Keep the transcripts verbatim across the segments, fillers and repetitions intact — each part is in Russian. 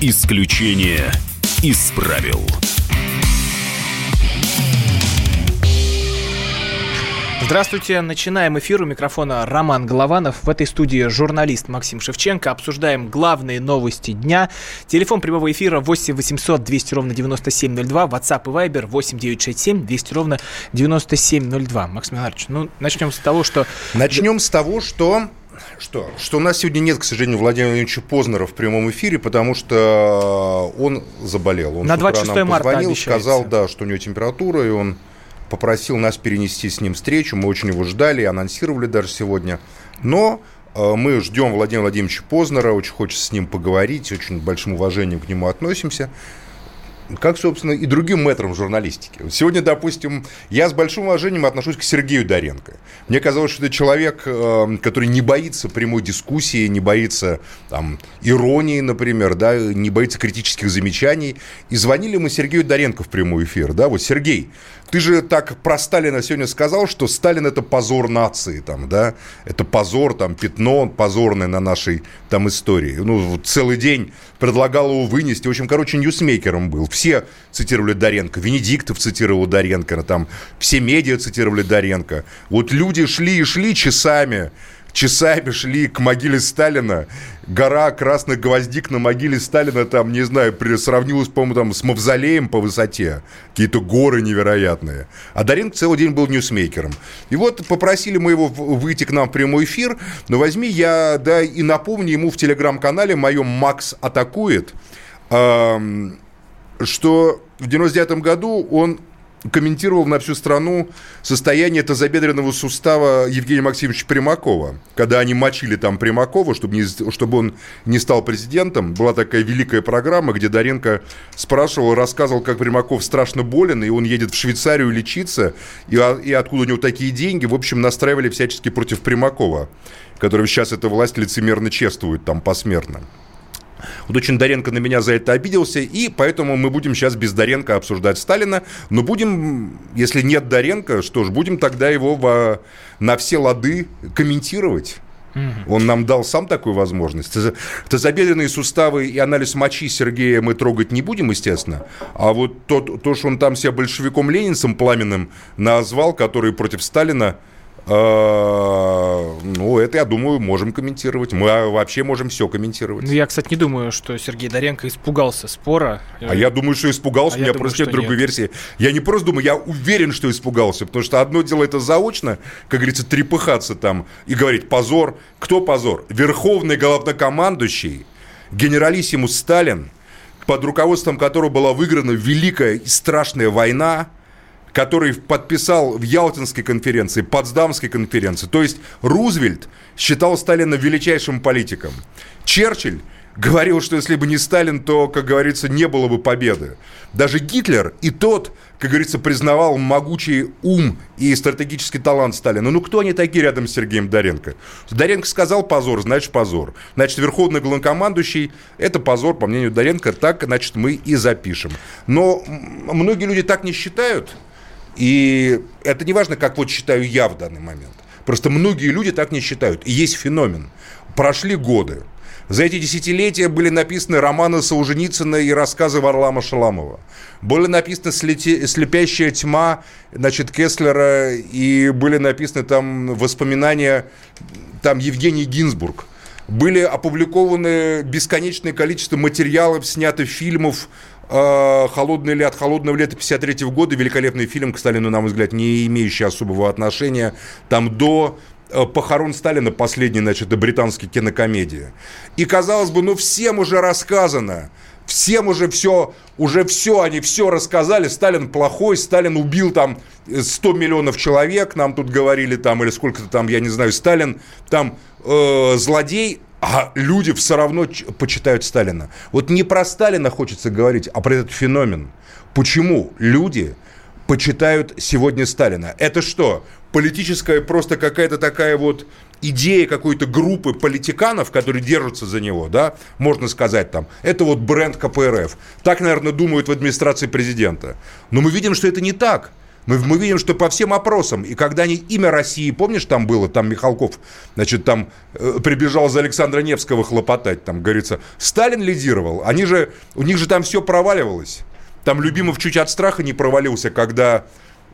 Исключение из правил. Здравствуйте, начинаем эфир. У микрофона Роман Голованов. В этой студии журналист Максим Шевченко. Обсуждаем главные новости дня. Телефон прямого эфира восемь восемьсот двести ровно девяносто семь ноль два. WhatsApp и Viber восемь девятьсот шестьдесят семь двести ровно девяносто семь ноль два. Максим Иванович, ну начнем с того, что... Начнем с того, что... Что? Что у нас сегодня нет, к сожалению, Владимира Владимировича Познера в прямом эфире, потому что он заболел. Он на двадцать шестое марта позвонил, обещается. Сказал, да, что у него температура, и он попросил нас перенести с ним встречу. Мы очень его ждали, анонсировали даже сегодня. Но э, мы ждем Владимира Владимировича Познера, очень хочется с ним поговорить, очень большим уважением к нему относимся. Как, собственно, и другим мэтрам журналистики. Сегодня, допустим, я с большим уважением отношусь к Сергею Доренко. Мне казалось, что это человек, который не боится прямой дискуссии, не боится там, иронии, например, да, не боится критических замечаний. И звонили мы Сергею Доренко в прямой эфир. Да? Вот, Сергей, ты же так про Сталина сегодня сказал, что Сталин – это позор нации, там, да? Это позор, там, пятно позорное на нашей там, истории. Ну, вот целый день предлагал его вынести. В общем, короче, ньюсмейкером был. Все цитировали Доренко. Венедиктов цитировал Доренко. Там, все медиа цитировали Доренко. Вот люди шли и шли часами. Часами шли к могиле Сталина. Гора красных гвоздик на могиле Сталина, там, не знаю, сравнилась, по-моему, там, с мавзолеем по высоте. Какие-то горы невероятные. А Доренко целый день был ньюсмейкером. И вот попросили мы его выйти к нам в прямой эфир. Но возьми я, да, и напомню ему в телеграм-канале моем «Макс атакует», эм, что в девяносто девятом году он комментировал на всю страну состояние тазобедренного сустава Евгения Максимовича Примакова. Когда они мочили там Примакова, чтобы, не, чтобы он не стал президентом, была такая великая программа, где Доренко спрашивал, рассказывал, как Примаков страшно болен, и он едет в Швейцарию лечиться, и, и откуда у него такие деньги. В общем, настраивали всячески против Примакова, который сейчас эта власть лицемерно чествует там посмертно. Вот очень Доренко на меня за это обиделся, и поэтому мы будем сейчас без Доренко обсуждать Сталина, но будем, если нет Доренко, что ж, будем тогда его во, на все лады комментировать. Mm-hmm. Он нам дал сам такую возможность. Тазобедренные суставы и анализ мочи Сергея мы трогать не будем, естественно, а вот то, то что он там себя большевиком-ленинцем пламенным назвал, который против Сталина, ну, это, я думаю, можем комментировать. Мы вообще можем все комментировать. Я, кстати, не думаю, что Сергей Доренко испугался спора. А я думаю, что испугался. А У меня думаю, просто нет другой нет. версии. Я не просто думаю, я уверен, что испугался. Потому что одно дело это заочно, как говорится, трепыхаться там и говорить позор. Кто позор? Верховный главнокомандующий, генералиссимус Сталин, под руководством которого была выиграна великая и страшная война, который подписал в Ялтинской конференции, Потсдамской конференции. То есть Рузвельт считал Сталина величайшим политиком. Черчилль говорил, что если бы не Сталин, то, как говорится, не было бы победы. Даже Гитлер и тот, как говорится, признавал могучий ум и стратегический талант Сталина. Ну, кто они такие рядом с Сергеем Доренко? Доренко сказал позор, значит позор. Значит, верховный главнокомандующий – это позор, по мнению Доренко, так, значит, мы и запишем. Но многие люди так не считают. И это не важно, как вот считаю я в данный момент. Просто многие люди так не считают. И есть феномен. Прошли годы. За эти десятилетия были написаны романы Солженицына и рассказы Варлама Шаламова. Были написаны «Слепящая тьма», значит, Кеслера, и были написаны там воспоминания там, Евгении Гинзбург. Были опубликованы бесконечное количество материалов, снятых фильмов, «Холодное лето», «Холодного лета» пятьдесят третьего года, великолепный фильм, к Сталину, на мой взгляд, не имеющий особого отношения, там до «Похорон Сталина», последняя, значит, британская кинокомедия. И, казалось бы, ну, всем уже рассказано, всем уже все, уже все, они все рассказали, Сталин плохой, Сталин убил там сто миллионов человек, нам тут говорили там, или сколько-то там, я не знаю, Сталин там э, злодей. А люди все равно почитают Сталина. Вот не про Сталина хочется говорить, а про этот феномен. Почему люди почитают сегодня Сталина? Это что? Политическая просто какая-то такая вот идея какой-то группы политиканов, которые держатся за него, да, можно сказать там. Это вот бренд ка пэ эр эф. Так, наверное, думают в администрации президента. Но мы видим, что это не так. Мы, мы видим, что по всем опросам, и когда они имя России, помнишь, там было, там Михалков, значит, там э, прибежал за Александра Невского хлопотать, там, говорится, Сталин лидировал, они же, у них же там все проваливалось. Там Любимов чуть от страха не провалился, когда,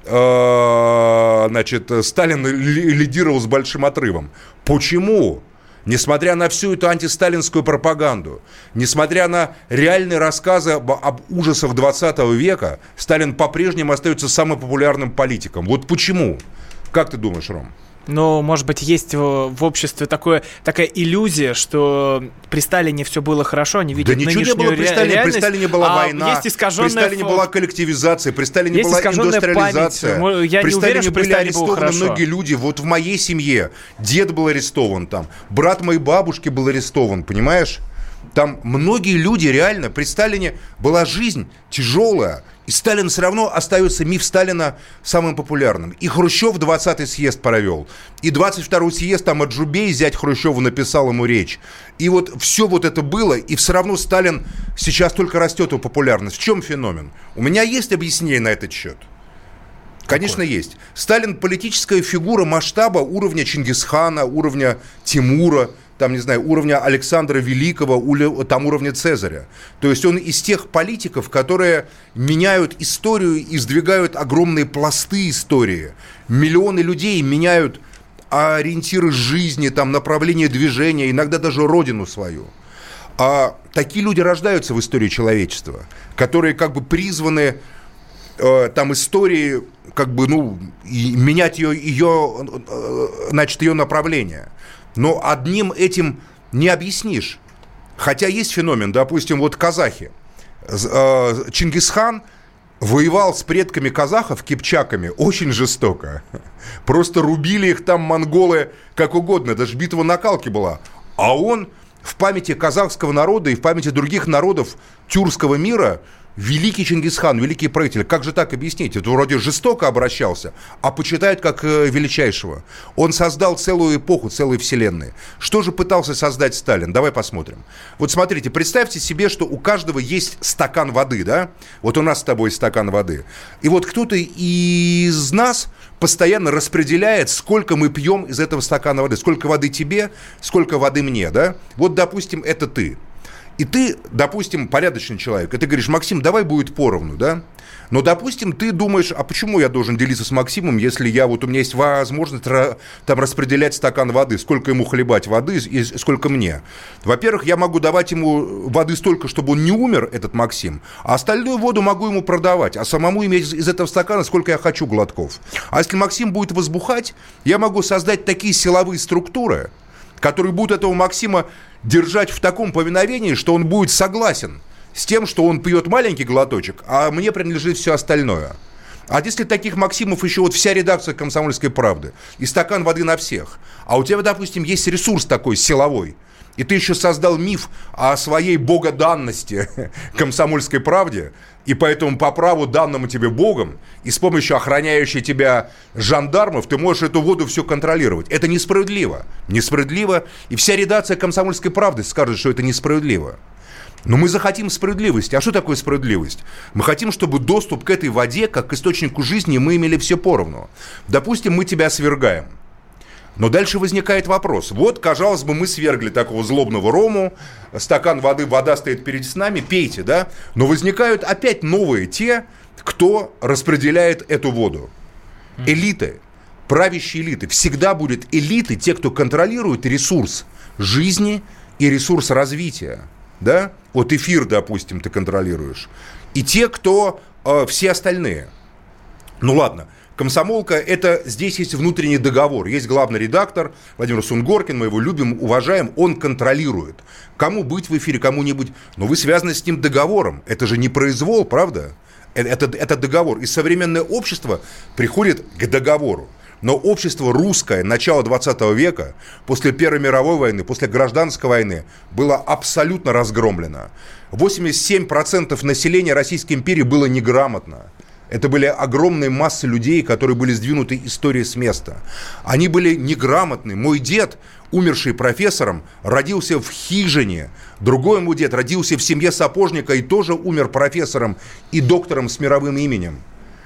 э, значит, Сталин ли, лидировал с большим отрывом. Почему? Несмотря на всю эту антисталинскую пропаганду, несмотря на реальные рассказы об, об ужасах двадцатого века, Сталин по-прежнему остается самым популярным политиком. Вот почему? Как ты думаешь, Ром? Ну, может быть, есть в, в обществе такое, такая иллюзия, что при Сталине все было хорошо, они видят нынешнюю реальность. Да ничего не было при Сталине, реальность, при Сталине была а война, есть искаженная... при Сталине была коллективизация, при Сталине есть была индустриализация. Память. Я при не Сталине уверен, что были при Сталине арестованы многие люди. Вот в моей семье дед был арестован там, брат моей бабушки был арестован, понимаешь? Там многие люди реально, при Сталине была жизнь тяжелая, и Сталин все равно остается, миф Сталина самым популярным. И Хрущев двадцатый съезд провел, и двадцать второй съезд, там Аджубей, зять Хрущева, написал ему речь. И вот все вот это было, и все равно Сталин сейчас только растет его популярность. В чем феномен? У меня есть объяснение на этот счет. Конечно, Какой? Есть. Сталин политическая фигура масштаба уровня Чингисхана, уровня Тимура, там, не знаю, уровня Александра Великого, там уровня Цезаря. То есть он из тех политиков, которые меняют историю и сдвигают огромные пласты истории. Миллионы людей меняют ориентиры жизни, там, направление движения, иногда даже родину свою. А такие люди рождаются в истории человечества, которые как бы призваны э, там истории, как бы, ну, и менять ее, ее, э, значит, ее направление. Но одним этим не объяснишь. Хотя есть феномен, допустим, вот казахи. Чингисхан воевал с предками казахов, кипчаками, очень жестоко. Просто рубили их там монголы как угодно. Даже битва на Калке была. А он в памяти казахского народа и в памяти других народов тюркского мира великий Чингисхан, великий правитель. Как же так объяснить? Это вроде жестоко обращался, а почитают как э, величайшего. Он создал целую эпоху, целые вселенные. Что же пытался создать Сталин? Давай посмотрим. Вот смотрите, представьте себе, что у каждого есть стакан воды, да? Вот у нас с тобой стакан воды. И вот кто-то из нас постоянно распределяет, сколько мы пьем из этого стакана воды. Сколько воды тебе, сколько воды мне, да? Вот, допустим, это ты. И ты, допустим, порядочный человек, и ты говоришь: Максим, давай будет поровну, да? Но, допустим, ты думаешь: а почему я должен делиться с Максимом, если я, вот у меня есть возможность там распределять стакан воды, сколько ему хлебать воды и сколько мне? Во-первых, я могу давать ему воды столько, чтобы он не умер, этот Максим, а остальную воду могу ему продавать, а самому иметь из этого стакана сколько я хочу глотков. А если Максим будет возбухать, я могу создать такие силовые структуры, которые будут этого Максима держать в таком повиновении, что он будет согласен с тем, что он пьет маленький глоточек, а мне принадлежит все остальное. А если таких Максимов еще вот вся редакция «Комсомольской правды» и стакан воды на всех, а у тебя, допустим, есть ресурс такой силовой, и ты еще создал миф о своей богоданности «Комсомольской правде», и поэтому по праву, данному тебе Богом, и с помощью охраняющих тебя жандармов, ты можешь эту воду все контролировать. Это несправедливо. Несправедливо. И вся редакция «Комсомольской правды» скажет, что это несправедливо. Но мы захотим справедливости. А что такое справедливость? Мы хотим, чтобы доступ к этой воде, как к источнику жизни, мы имели все поровну. Допустим, мы тебя свергаем. Но дальше возникает вопрос. Вот, казалось бы, мы свергли такого злобного Рому, стакан воды, вода стоит перед нами, пейте, да? Но возникают опять новые те, кто распределяет эту воду. Элиты, правящие элиты. Всегда будет элиты, те, кто контролирует ресурс жизни и ресурс развития, да? Вот эфир, допустим, ты контролируешь. И те, кто э, все остальные. Ну ладно. Комсомолка, это здесь есть внутренний договор. Есть главный редактор Владимир Сунгоркин, мы его любим, уважаем, он контролирует. Кому быть в эфире, кому не быть. Но вы связаны с ним договором. Это же не произвол, правда? Это, это договор. И современное общество приходит к договору. Но общество русское начала двадцатого века, после Первой мировой войны, после Гражданской войны, было абсолютно разгромлено. восемьдесят семь процентов населения Российской империи было неграмотно. Это были огромные массы людей, которые были сдвинуты историей с места. Они были неграмотны. Мой дед, умерший профессором, родился в хижине. Другой мой дед родился в семье сапожника и тоже умер профессором и доктором с мировым именем.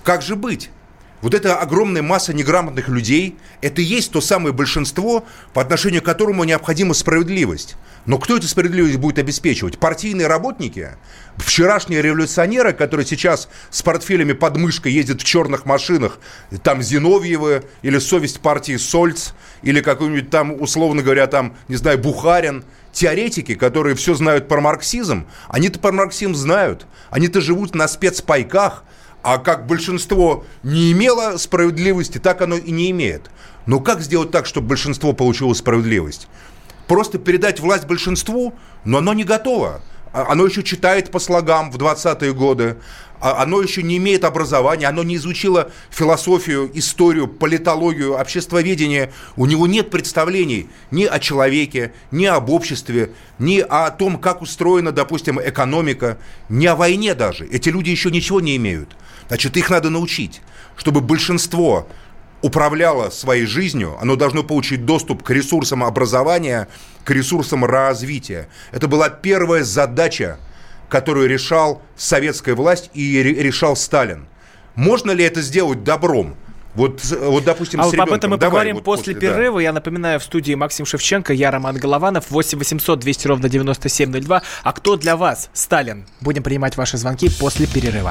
Как же быть? Вот эта огромная масса неграмотных людей, это и есть то самое большинство, по отношению к которому необходима справедливость. Но кто эту справедливость будет обеспечивать? Партийные работники? Вчерашние революционеры, которые сейчас с портфелями под мышкой ездят в черных машинах, там Зиновьевы, или совесть партии Сольц, или какой-нибудь там, условно говоря, там, не знаю, Бухарин. Теоретики, которые все знают про марксизм, они-то про марксизм знают. Они-то живут на спецпайках. А как большинство не имело справедливости, так оно и не имеет. Но как сделать так, чтобы большинство получило справедливость? Просто передать власть большинству, но оно не готово. Оно еще читает по слогам в двадцатые годы. Оно еще не имеет образования, оно не изучило философию, историю, политологию, обществоведение. У него нет представлений ни о человеке, ни об обществе, ни о том, как устроена, допустим, экономика, ни о войне даже. Эти люди еще ничего не имеют. Значит, их надо научить, чтобы большинство управляло своей жизнью, оно должно получить доступ к ресурсам образования, к ресурсам развития. Это была первая задача, которую решал советская власть и решал Сталин. Можно ли это сделать добром? Вот, вот допустим, а с ребенком. Об этом мы Давай, поговорим вот после, после перерыва. Да. Я напоминаю, в студии Максим Шевченко, я Роман Голованов, восемь восемьсот двести ровно девяносто семь ноль два. А кто для вас Сталин? Будем принимать ваши звонки после перерыва.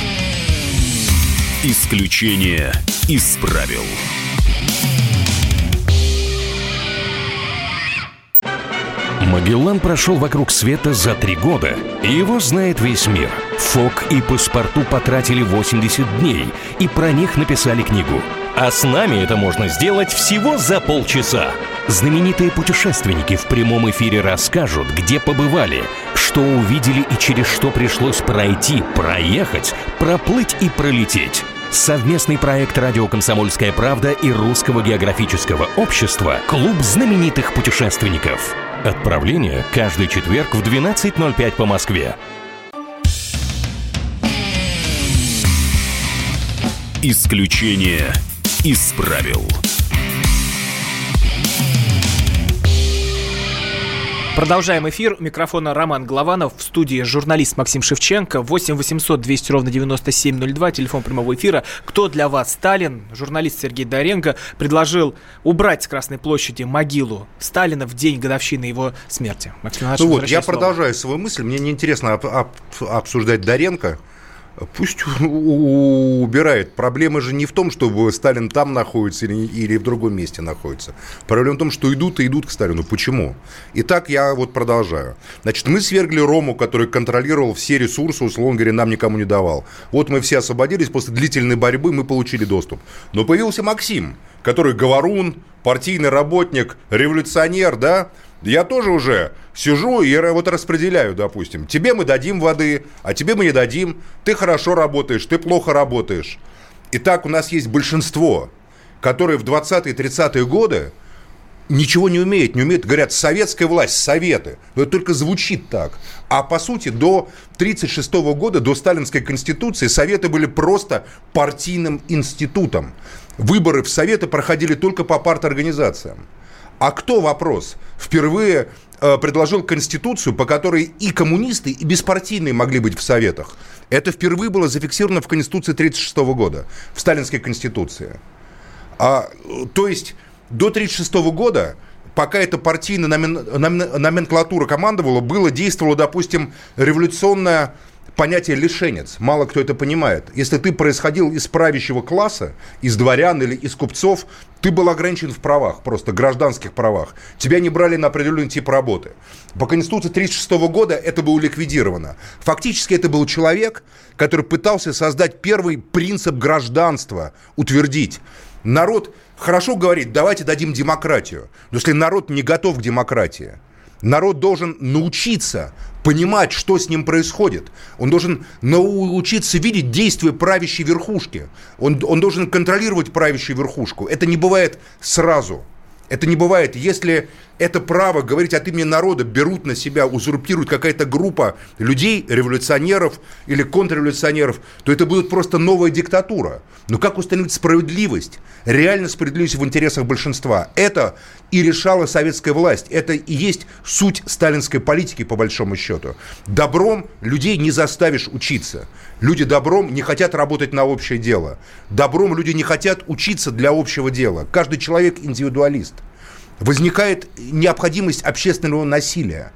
Исключение из правил. Магеллан прошел вокруг света за три года, и его знает весь мир. Фок и Паспарту потратили восемьдесят дней, и про них написали книгу. А с нами это можно сделать всего за полчаса. Знаменитые путешественники в прямом эфире расскажут, где побывали, что увидели и через что пришлось пройти, проехать, проплыть и пролететь. Совместный проект «Радио Комсомольская правда» и Русского географического общества «Клуб знаменитых путешественников». Отправление каждый четверг в двенадцать ноль пять по Москве. Исключение из правил. Продолжаем эфир. У микрофона Роман Голованов. В студии журналист Максим Шевченко. восемь восемьсот двести ровно девяносто семь ноль два. Телефон прямого эфира. Кто для вас Сталин? Журналист Сергей Доренко предложил убрать с Красной площади могилу Сталина в день годовщины его смерти. Максим, ну вот, я слово. продолжаю свою мысль. Мне неинтересно об, об, обсуждать Доренко. Пусть убирает. Проблема же не в том, что Сталин там находится или, или в другом месте находится. Проблема в том, что идут и идут к Сталину. Почему? Итак, я вот продолжаю. Значит, мы свергли Рому, который контролировал все ресурсы, условно говоря, нам никому не давал. Вот мы все освободились, после длительной борьбы мы получили доступ. Но появился Максим, который говорун, партийный работник, революционер, да? Я тоже уже сижу и вот распределяю, допустим. Тебе мы дадим воды, а тебе мы не дадим. Ты хорошо работаешь, ты плохо работаешь. Итак, у нас есть большинство, которые в двадцатые-тридцатые годы ничего не умеют. Не умеют, говорят, советская власть, советы. Но это только звучит так. А по сути, до тридцать шестого года, до сталинской конституции, советы были просто партийным институтом. Выборы в советы проходили только по парторганизациям. А кто, вопрос, впервые э, предложил конституцию, по которой и коммунисты, и беспартийные могли быть в советах? Это впервые было зафиксировано в Конституции тридцать шестого года, в сталинской конституции. А, то есть до тридцать шестого года, пока эта партийная номен, номен, номенклатура командовала, было, действовало, допустим, революционное понятие «лишенец». Мало кто это понимает. Если ты происходил из правящего класса, из дворян или из купцов, ты был ограничен в правах, просто гражданских правах. Тебя не брали на определенный тип работы. По Конституции тридцать шестого года это было ликвидировано. Фактически это был человек, который пытался создать первый принцип гражданства, утвердить. Народ хорошо говорит, давайте дадим демократию. Но если народ не готов к демократии, народ должен научиться понимать, что с ним происходит. Он должен научиться видеть действия правящей верхушки. Он, он должен контролировать правящую верхушку. Это не бывает сразу. Это не бывает, если это право говорить от имени народа берут на себя, узурпирует какая-то группа людей, революционеров или контрреволюционеров, то это будет просто новая диктатура. Но как установить справедливость, реально справедливость в интересах большинства? Это и решала советская власть. Это и есть суть сталинской политики, по большому счету. Добром людей не заставишь учиться. Люди добром не хотят работать на общее дело. Добром люди не хотят учиться для общего дела. Каждый человек индивидуалист. Возникает необходимость общественного насилия.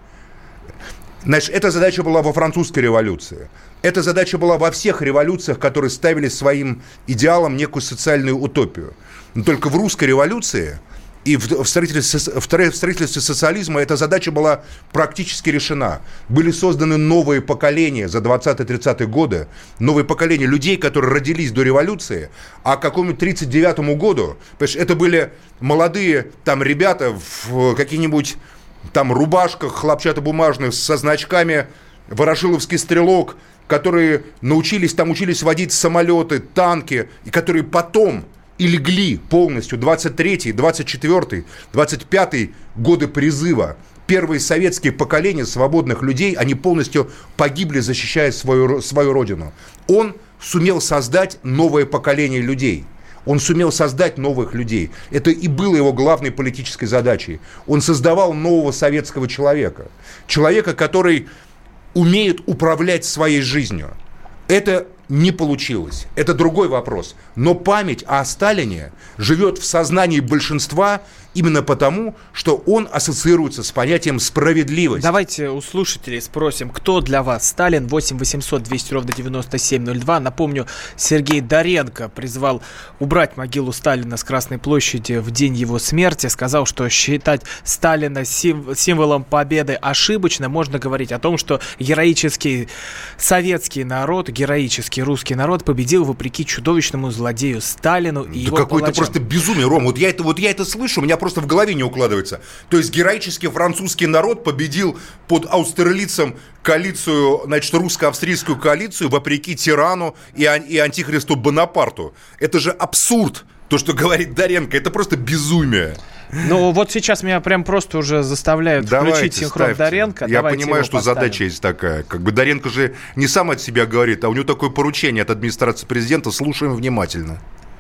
Значит, эта задача была во французской революции. Эта задача была во всех революциях, которые ставили своим идеалом некую социальную утопию. Но только в русской революции и в строительстве, в строительстве социализма эта задача была практически решена. Были созданы новые поколения за двадцатые-тридцатые годы, новые поколения людей, которые родились до революции, а к какому-нибудь тридцать девятому году, понимаешь, это были молодые там ребята в каких-нибудь там рубашках хлопчатобумажных со значками «Ворошиловский стрелок», которые научились, там учились водить самолеты, танки, и которые потом и легли полностью двадцать третий, двадцать четвёртый, двадцать пятый годы призыва. Первые советские поколения свободных людей, они полностью погибли, защищая свою, свою родину. Он сумел создать новое поколение людей. Он сумел создать новых людей. Это и было его главной политической задачей. Он создавал нового советского человека. Человека, который умеет управлять своей жизнью. Это не получилось. Это другой вопрос. Но память о Сталине живет в сознании большинства именно потому, что он ассоциируется с понятием справедливость. Давайте у слушателей спросим, кто для вас Сталин? восемь восемьсот двести ровно девяносто семь ноль два. Напомню, Сергей Доренко призвал убрать могилу Сталина с Красной площади в день его смерти. Сказал, что считать Сталина сим- символом победы ошибочно. Можно говорить о том, что героический советский народ, героический русский народ победил вопреки чудовищному злодею Сталину и да его какое-то палачам. просто безумие, Ром. Вот я это, вот я это слышу, у меня просто в голове не укладывается. То есть героический французский народ победил под Аустерлицем коалицию, значит, русско-австрийскую коалицию вопреки тирану и, ан- и антихристу Бонапарту. Это же абсурд, то, что говорит Доренко. Это просто безумие. Ну, вот сейчас меня прям просто уже заставляют Давайте, включить синхрон ставьте. Доренко. Я Давайте понимаю, его что поставим. задача есть такая. Как бы Доренко же не сам от себя говорит, а у него такое поручение от администрации президента. Слушаем внимательно.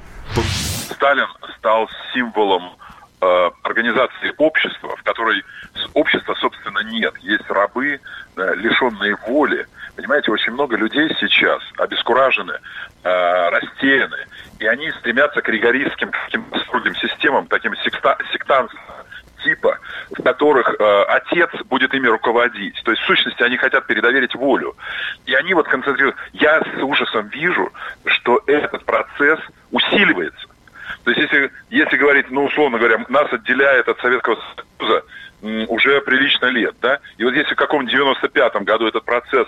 Сталин стал символом э, организации общества, в которой общества, собственно, нет. Есть рабы, э, лишенные воли. Понимаете, очень много людей сейчас обескуражены, э, растеряны, и они стремятся к ригористским каким-то строгим системам, таким секта- сектантским типа, в которых э, отец будет ими руководить. То есть, в сущности, они хотят передоверить волю. И они вот концентрируют. Я с ужасом вижу, что этот процесс усиливается. То есть, если, если говорить, ну, условно говоря, нас отделяет от Советского Союза м, уже прилично лет, да, и вот если в каком-нибудь девяносто пятом году этот процесс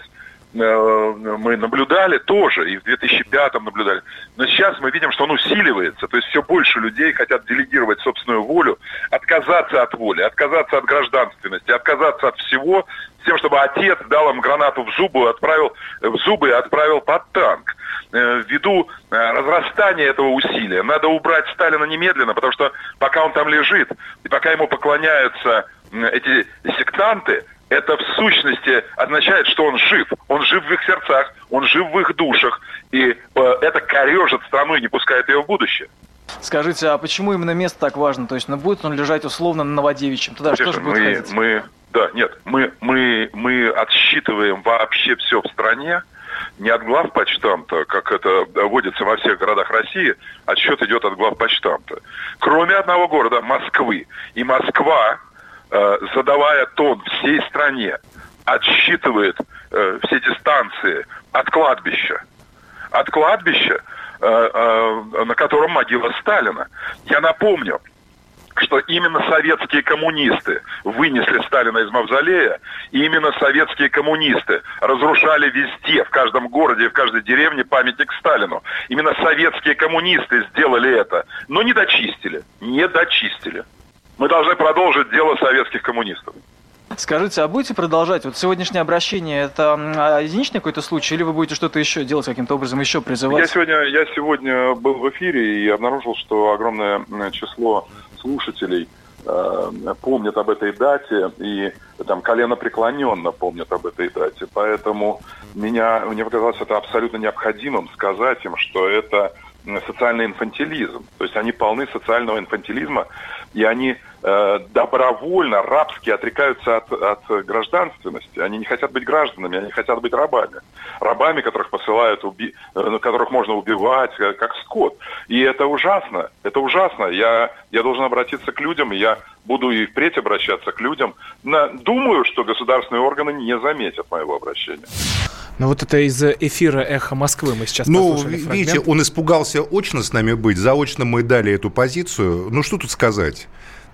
мы наблюдали тоже, и в две тысячи пятом наблюдали. Но сейчас мы видим, что он усиливается. То есть все больше людей хотят делегировать собственную волю, отказаться от воли, отказаться от гражданственности, отказаться от всего, с тем, чтобы отец дал им гранату в зубы, отправил в зубы и отправил под танк. Ввиду разрастания этого усилия надо убрать Сталина немедленно, потому что пока он там лежит, и пока ему поклоняются эти сектанты, это в сущности означает, что он жив. Он жив в их сердцах, он жив в их душах. И э, это корежит страну и не пускает ее в будущее. Скажите, а почему именно место так важно? То есть, ну, будет он лежать условно на Новодевичьем? Туда Слушай, что же будет мы, ходить? мы, да, нет, мы, мы, мы отсчитываем вообще все в стране. Не от главпочтамта, как это водится во всех городах России, отсчет идет от главпочтамта. Кроме одного города, Москвы. И Москва, задавая тон всей стране, отсчитывает э, все дистанции от кладбища. От кладбища, э, э, на котором могила Сталина. Я напомню, что именно советские коммунисты вынесли Сталина из мавзолея, и именно советские коммунисты разрушали везде, в каждом городе и в каждой деревне памятник Сталину. Именно советские коммунисты сделали это, но не дочистили, не дочистили. Мы должны продолжить дело советских коммунистов. Скажите, а будете продолжать? Вот сегодняшнее обращение, это единичный какой-то случай, или вы будете что-то еще делать, каким-то образом еще призывать? Я сегодня, я сегодня был в эфире и обнаружил, что огромное число слушателей э, помнят об этой дате и там коленопреклоненно помнят об этой дате. Поэтому меня, мне показалось это абсолютно необходимым сказать им, что это социальный инфантилизм. То есть они полны социального инфантилизма, и они э, добровольно, рабски отрекаются от, от гражданственности. Они не хотят быть гражданами, они хотят быть рабами. Рабами, которых посылают, уби... которых можно убивать, как скот. И это ужасно. Это ужасно. Я, я должен обратиться к людям, и я буду и впредь обращаться к людям. На... Думаю, что государственные органы не заметят моего обращения. Ну вот это из эфира «Эхо Москвы» мы сейчас ну, послушали фрагмент. Видите, он испугался очно с нами быть, заочно мы дали эту позицию. Ну, что тут сказать?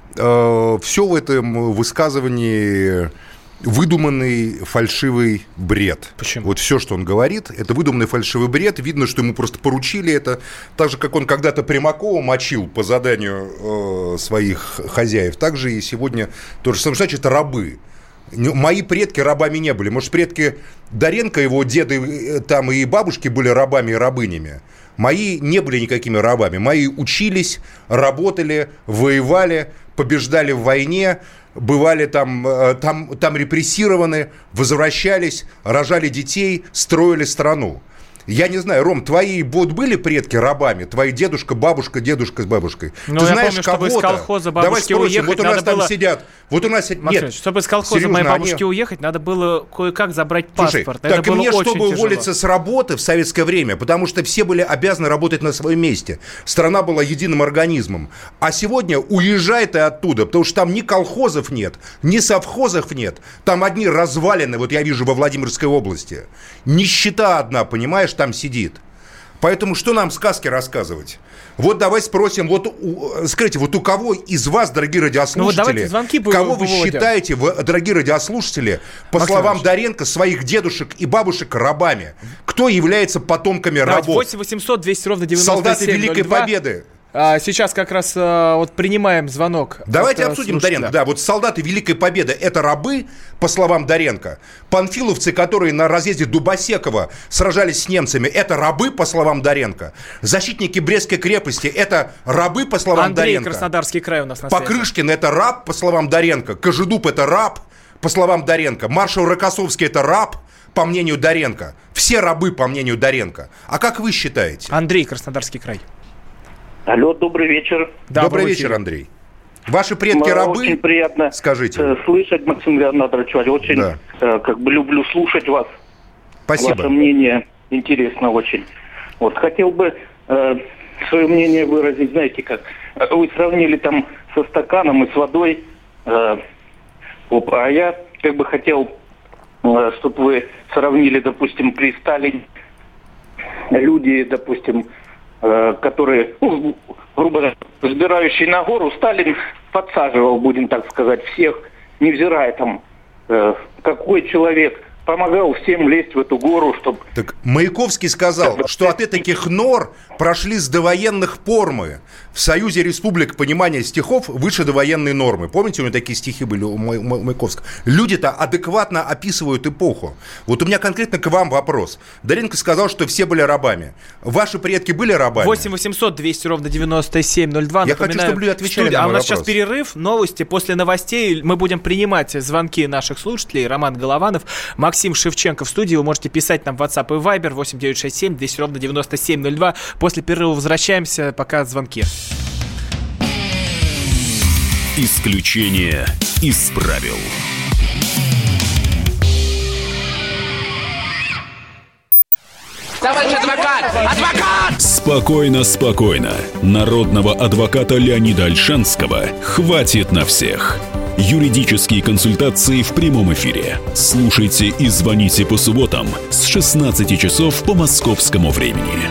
Э, все в этом высказывании выдуманный фальшивый бред. Почему? Вот все, что он говорит, это выдуманный фальшивый бред. Видно, что ему просто поручили это. Так же, как он когда-то Примакова мочил по заданию э, своих хозяев, так же и сегодня то же самое. Значит, это рабы. Мои предки рабами не были. Может, предки Доренко, его деды там и бабушки были рабами и рабынями. Мои не были никакими рабами. Мои учились, работали, воевали, побеждали в войне, бывали там, там, там репрессированы, возвращались, рожали детей, строили страну. Я не знаю, Ром, твои вот были предки рабами? Твои дедушка, бабушка, дедушка с бабушкой? Ну, ты я знаешь помню, чтобы кого-то? из колхоза бабушки Давай спросим, уехать, вот у нас надо там было... сидят... Вот у нас... Максим, Нет, чтобы из колхоза Сережа, моей бабушки они... уехать, надо было кое-как забрать Слушай, паспорт. так это и было мне, очень чтобы тяжело. уволиться с работы в советское время, потому что все были обязаны работать на своем месте. Страна была единым организмом. А сегодня уезжай ты оттуда, потому что там ни колхозов нет, ни совхозов нет. Там одни развалины, вот я вижу во Владимирской области. Нищета одна, понимаешь, там сидит. Поэтому что нам сказки рассказывать? Вот давай спросим, вот у, скажите, вот у кого из вас, дорогие радиослушатели, ну, вот звонки кого вы выводим. считаете, вы, дорогие радиослушатели, по Максим словам Ильич. Доренко, своих дедушек и бабушек рабами? Кто является потомками Давайте, рабов? восемь восемьсот двести ровно девяносто семь ноль два. Солдаты Великой Победы. А, сейчас как раз а, вот принимаем звонок. Давайте от, обсудим слушателя. Доренко. Да, вот солдаты Великой Победы – это рабы, по словам Доренко. Панфиловцы, которые на разъезде Дубосекова сражались с немцами – это рабы, по словам Доренко. Защитники Брестской крепости – это рабы, по словам Андрей, Доренко. Краснодарский край у нас на связи. Покрышкин – это раб, по словам Доренко. Кожедуб – это раб, по словам Доренко. Маршал Рокоссовский – это раб, по мнению Доренко. Все рабы, по мнению Доренко. А как вы считаете? Андрей, Краснодарский край. Алло, добрый вечер. Да, Добрый вы в вечер, эфире. Андрей. Ваши предки М, рабы? Очень приятно Скажите. э, слышать, Максим Леонардович. Очень Да. э, как бы люблю слушать вас. Спасибо. Ваше мнение интересно очень. Вот хотел бы э, свое мнение выразить, знаете как. Э, Вы сравнили там со стаканом и с водой. Э, оп, а я как бы хотел, э, чтобы вы сравнили, допустим, при Сталине люди, допустим, э, которые, ну, грубо говоря, взбирающие на гору, Сталин подсаживал, будем так сказать, всех, невзирая там, э, какой человек, помогал всем лезть в эту гору, чтобы... Так Маяковский сказал, что от этих нор прошли с довоенных пормы. В Союзе республик понимания стихов выше довоенной нормы. Помните, у него такие стихи были у Май- Май- Маяковского? Люди-то адекватно описывают эпоху. Вот у меня конкретно к вам вопрос. Доренко сказал, что все были рабами. Ваши предки были рабами? восемь восемьсот двести ровно девяносто семь ноль два. Я хочу, чтобы люди отвечали на А у мой нас сейчас вопрос. перерыв, новости. После новостей мы будем принимать звонки наших слушателей. Роман Голованов, Максим Шевченко в студии. Вы можете писать нам в WhatsApp и Viber восемь девятьсот шестьдесят семь двести ровно девяносто семь ноль два. После перерыва возвращаемся, пока звонки. Исключение из правил. Товарищ адвокат! Адвокат! Спокойно, спокойно. Народного адвоката Леонида Ольшанского хватит на всех. Юридические консультации в прямом эфире. Слушайте и звоните по субботам с шестнадцати часов по московскому времени.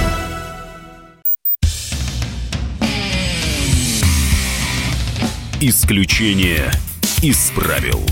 Исключение из правил.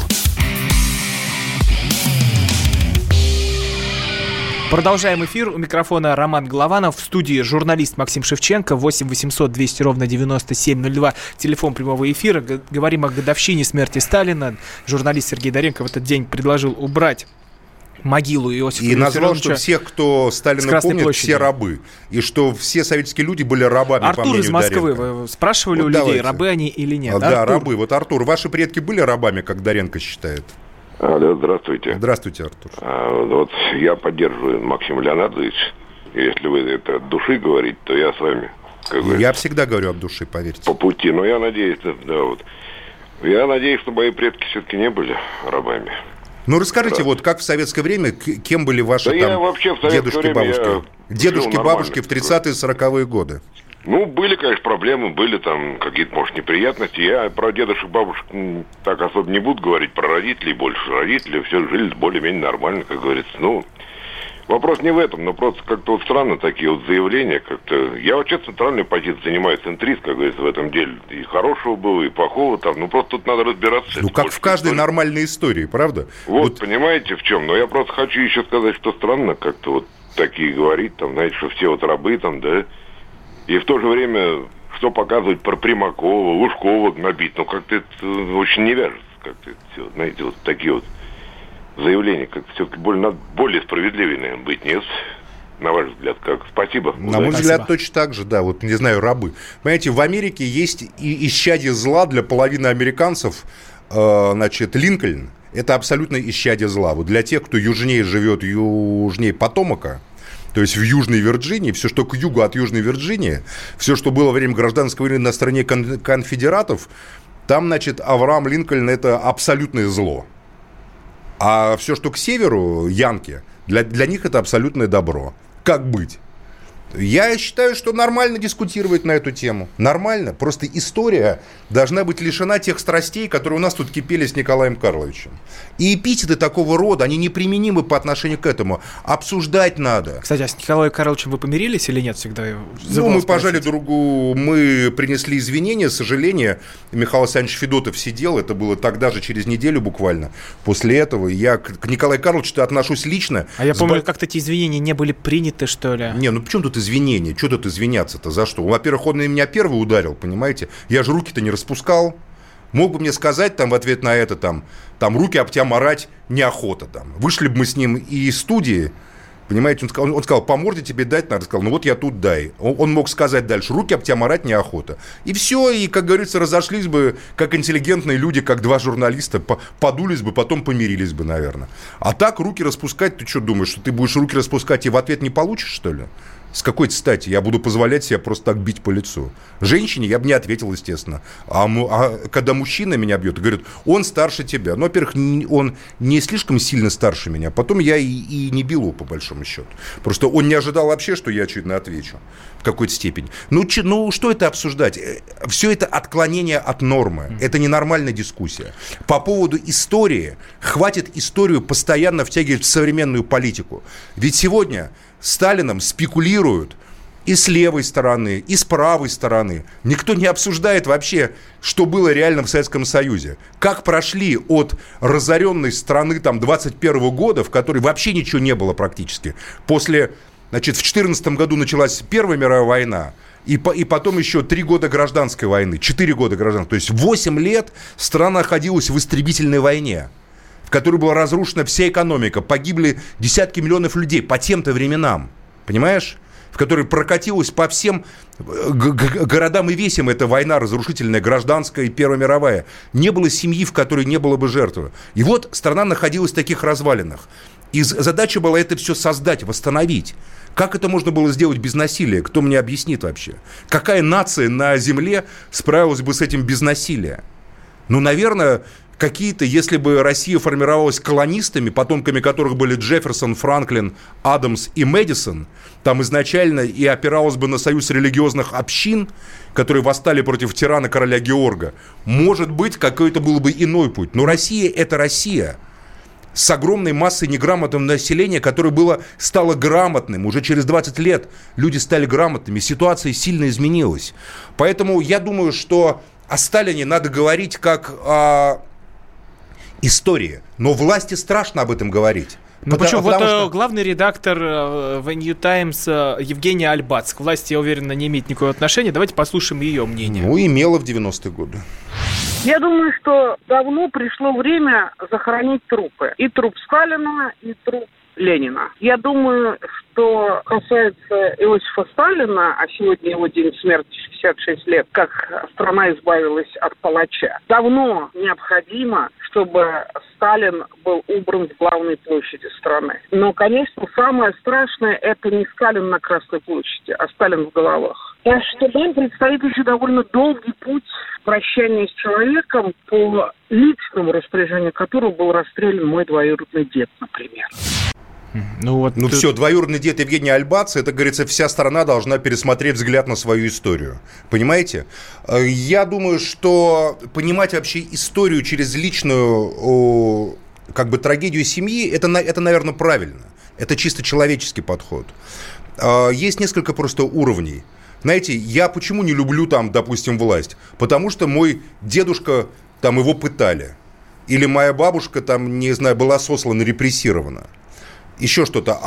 Продолжаем эфир. У микрофона Роман Голованов. В студии журналист Максим Шевченко. восемь восемьсот двести ровно девяносто семь ноль два. Телефон прямого эфира. Г- говорим о годовщине смерти Сталина. Журналист Сергей Доренко в этот день предложил убрать могилу Иосифа И назвал, Виссарионовича что всех, кто Сталина помнит, площади. все рабы. И что все советские люди были рабами, Артур по мнению из Москвы, Доренко. вы спрашивали Вот у людей, давайте. рабы они или нет? Да, Артур. рабы. Вот, Артур, ваши предки были рабами, как Доренко считает? Алло, здравствуйте. Здравствуйте, Артур. А, вот я поддерживаю Максима Леонардовича. Если вы это от души говорите, то я с вами. Как бы, Я всегда говорю от души, поверьте. по пути. Но я надеюсь, да, да, вот. Я надеюсь, что мои предки все-таки не были рабами. Ну, расскажите, Да. вот как в советское время, к- кем были ваши Да я там вообще в советское дедушки, время бабушки? я Дедушки, жил бабушки нормально. в тридцатые, сороковые годы. Ну, были, конечно, проблемы, были там какие-то, может, неприятности. Я про дедушек, бабушек м, так особо не буду говорить, про родителей больше. Родители все жили более-менее нормально, как говорится. Ну, вопрос не в этом, но просто как-то вот странно такие вот заявления. Как-то я вообще центральной позицией занимаю, центрист, как говорится, в этом деле. И хорошего было, и плохого там. Ну, просто тут надо разбираться. Ну, Это как больше в каждой история. нормальной истории, правда? Вот, понимаете, в чем? Но я просто хочу еще сказать, что странно как-то вот такие говорить, там, знаете, что все вот рабы там, да, и в то же время, что показывать про Примакова, Лужкова набить, ну, как-то это очень не вяжется, как-то это все, знаете, вот такие вот заявления, как-то все-таки более, надо более справедливее, наверное, быть, нет? На ваш взгляд, как? Спасибо. На мой Спасибо. взгляд, точно так же, да, вот, не знаю, рабы. Понимаете, в Америке есть и исчадие зла для половины американцев, э, значит, Линкольн. Это абсолютно исчадие зла. Вот для тех, кто южнее живет, южнее Потомака, то есть в Южной Вирджинии, все, что к югу от Южной Вирджинии, все, что было во время гражданской войны на стороне кон- конфедератов, там, значит, Авраам Линкольн – это абсолютное зло. А все, что к северу, янки, для, для них это абсолютное добро. Как быть? Я считаю, что нормально дискутировать на эту тему. Нормально. Просто история должна быть лишена тех страстей, которые у нас тут кипели с Николаем Карловичем. И эпитеты такого рода, они неприменимы по отношению к этому. Обсуждать надо. Кстати, а с Николаем Карловичем вы помирились или нет всегда? Ну, мы пожали другу, мы принесли извинения, сожаления. Михаил Александрович Федотов сидел, это было тогда же, через неделю буквально. После этого я к Николаю Карловичу отношусь лично. А я С помню, бо- как-то эти извинения не были приняты, что ли? Не, ну почему тут извинения? Что тут извиняться-то? За что? Во-первых, он на меня первый ударил, понимаете? Я же руки-то не распускал. Мог бы мне сказать там в ответ на это, там, там руки об тебя марать неохота. Там. Вышли бы мы с ним и из студии, понимаете, он сказал, он сказал, по морде тебе дать надо. Сказал, ну вот я тут дай. Он, он мог сказать дальше, руки об тебя марать неохота. И все, и, как говорится, разошлись бы, как интеллигентные люди, как два журналиста, по- подулись бы, потом помирились бы, наверное. А так руки распускать, ты что думаешь, что ты будешь руки распускать и в ответ не получишь, что ли? С какой стати я буду позволять себе просто так бить по лицу? Женщине я бы не ответил, естественно. А, му- а когда мужчина меня бьет, говорит, он старше тебя. Ну, во-первых, не- он не слишком сильно старше меня. Потом я и, и не бил его, по большому счету. Просто он не ожидал вообще, что я очевидно отвечу в какой-то степени. Ну, че- ну что это обсуждать? Все это отклонение от нормы. Это ненормальная дискуссия. По поводу истории, хватит историю постоянно втягивать в современную политику. Ведь сегодня Сталином спекулируют и с левой стороны, и с правой стороны. Никто не обсуждает вообще, что было реально в Советском Союзе. Как прошли от разоренной страны там, двадцать первого года, в которой вообще ничего не было практически. После, значит, в четырнадцатом году началась Первая мировая война. И, по, и потом еще три года гражданской войны, четыре года гражданской. То есть восемь лет страна находилась в истребительной войне, в которой была разрушена вся экономика, погибли десятки миллионов людей по тем-то временам, понимаешь? В которой прокатилась по всем г- г- городам и весям эта война разрушительная, гражданская и Первая мировая. Не было семьи, в которой не было бы жертвы. И вот страна находилась в таких развалинах. И задача была это все создать, восстановить. Как это можно было сделать без насилия? Кто мне объяснит вообще? Какая нация на земле справилась бы с этим без насилия? Ну, наверное, какие-то, если бы Россия формировалась колонистами, потомками которых были Джефферсон, Франклин, Адамс и Мэдисон, там изначально и опиралась бы на союз религиозных общин, которые восстали против тирана короля Георга, может быть, какой-то был бы иной путь. Но Россия – это Россия. С огромной массой неграмотного населения, которое было, стало грамотным. Уже через двадцать лет люди стали грамотными. Ситуация сильно изменилась. Поэтому я думаю, что о Сталине надо говорить как о истории. Но власти страшно об этом говорить. Ну Потому- почему? Вот потому э, что- главный редактор э, The New Times э, Евгения Альбац. К власти, я уверен, не имеет никакого отношения. Давайте послушаем ее мнение. Ну, имела в девяностые годы. Я думаю, что давно пришло время захоронить трупы. И труп Сталина, и труп Ленина. Я думаю, что касается Иосифа Сталина, а сегодня его день смерти шестьдесят шесть лет, как страна избавилась от палача. Давно необходимо, чтобы Сталин был убран с главной площади страны. Но, конечно, самое страшное – это не Сталин на Красной площади, а Сталин в головах. Так что нам предстоит еще довольно долгий путь прощания с человеком, по личному распоряжению которого был расстрелян мой двоюродный дед, например. Ну, вот ну тут... все, двоюродный дед Евгения Альбаца, это, говорится, вся страна должна пересмотреть взгляд на свою историю. Понимаете? Я думаю, что понимать вообще историю через личную, как бы, трагедию семьи, это, это, наверное, правильно. Это чисто человеческий подход. Есть несколько просто уровней. Знаете, я почему не люблю там, допустим, власть? Потому что мой дедушка, там, его пытали. Или моя бабушка, там, не знаю, была сослана, репрессирована. Еще что-то.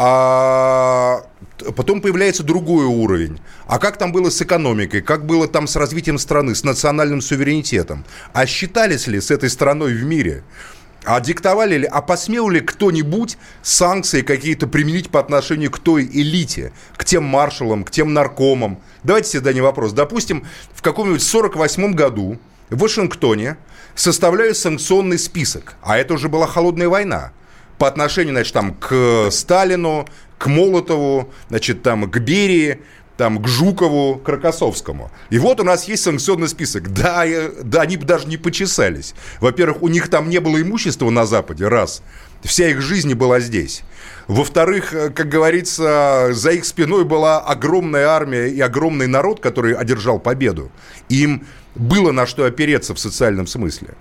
А потом появляется другой уровень. А как там было с экономикой? Как было там с развитием страны, с национальным суверенитетом? А считались ли с этой страной в мире? А диктовали ли, а посмел ли кто-нибудь санкции какие-то применить по отношению к той элите, к тем маршалам, к тем наркомам? Давайте себе дадим вопрос. Допустим, в каком-нибудь сорок восьмом году в Вашингтоне составляют санкционный список. А это уже была холодная война. По отношению, значит, там, к Сталину, к Молотову, значит, там, к Берии, там, к Жукову, к Рокоссовскому. И вот у нас есть санкционный список. Да, да, они бы даже не почесались. Во-первых, у них там не было имущества на Западе, раз. Вся их жизнь была здесь. Во-вторых, как говорится, за их спиной была огромная армия и огромный народ, который одержал победу. И им было на что опереться в социальном смысле.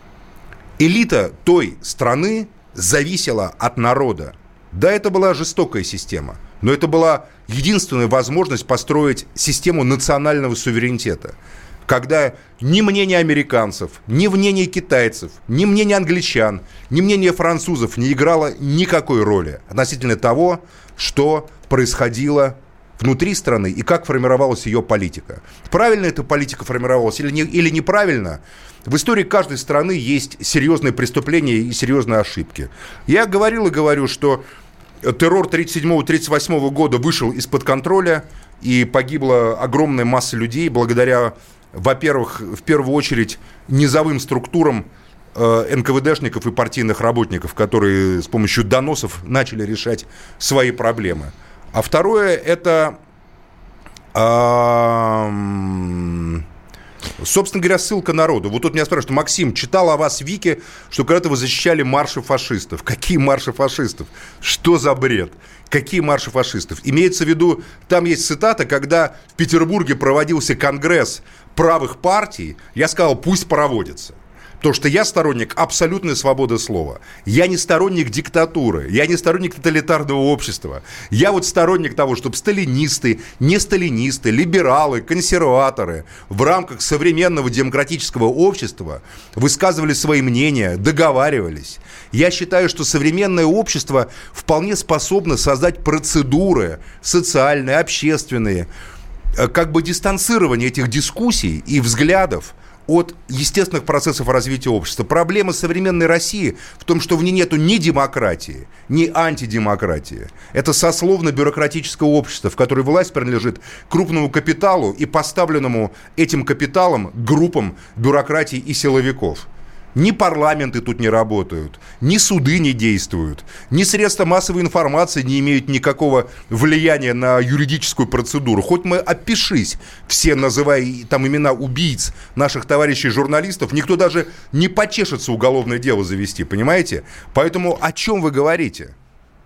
Элита той страны зависела от народа. Да, это была жестокая система, но это была единственная возможность построить систему национального суверенитета, когда ни мнение американцев, ни мнение китайцев, ни мнение англичан, ни мнение французов не играло никакой роли относительно того, что происходило внутри страны и как формировалась ее политика. Правильно эта политика формировалась или, не, или неправильно? В истории каждой страны есть серьезные преступления и серьезные ошибки. Я говорил и говорю, что террор тридцать седьмого тридцать восьмого года вышел из-под контроля, и погибла огромная масса людей благодаря, во-первых, в первую очередь, низовым структурам э, эн ка вэ дэшников и партийных работников, которые с помощью доносов начали решать свои проблемы. А второе, это, э, собственно говоря, ссылка народу. Вот тут меня спрашивают: Максим, читал о вас в Вики, что когда-то вы защищали марши фашистов. Какие марши фашистов? Что за бред? Какие марши фашистов? Имеется в виду, там есть цитата, когда в Петербурге проводился конгресс правых партий, я сказал, пусть проводится. Потому что я сторонник абсолютной свободы слова. Я не сторонник диктатуры, я не сторонник тоталитарного общества. Я вот сторонник того, чтобы сталинисты, не сталинисты, либералы, консерваторы в рамках современного демократического общества высказывали свои мнения, договаривались. Я считаю, что современное общество вполне способно создать процедуры социальные, общественные, как бы дистанцирование этих дискуссий и взглядов от естественных процессов развития общества. Проблема современной России в том, что в ней нету ни демократии, ни антидемократии. Это сословно-бюрократическое общество, в которое власть принадлежит крупному капиталу и поставленному этим капиталом группам бюрократий и силовиков. Ни парламенты тут не работают, ни суды не действуют, ни средства массовой информации не имеют никакого влияния на юридическую процедуру. Хоть мы опишись, все называя там имена убийц наших товарищей журналистов, никто даже не почешется уголовное дело завести, понимаете? Поэтому о чем вы говорите?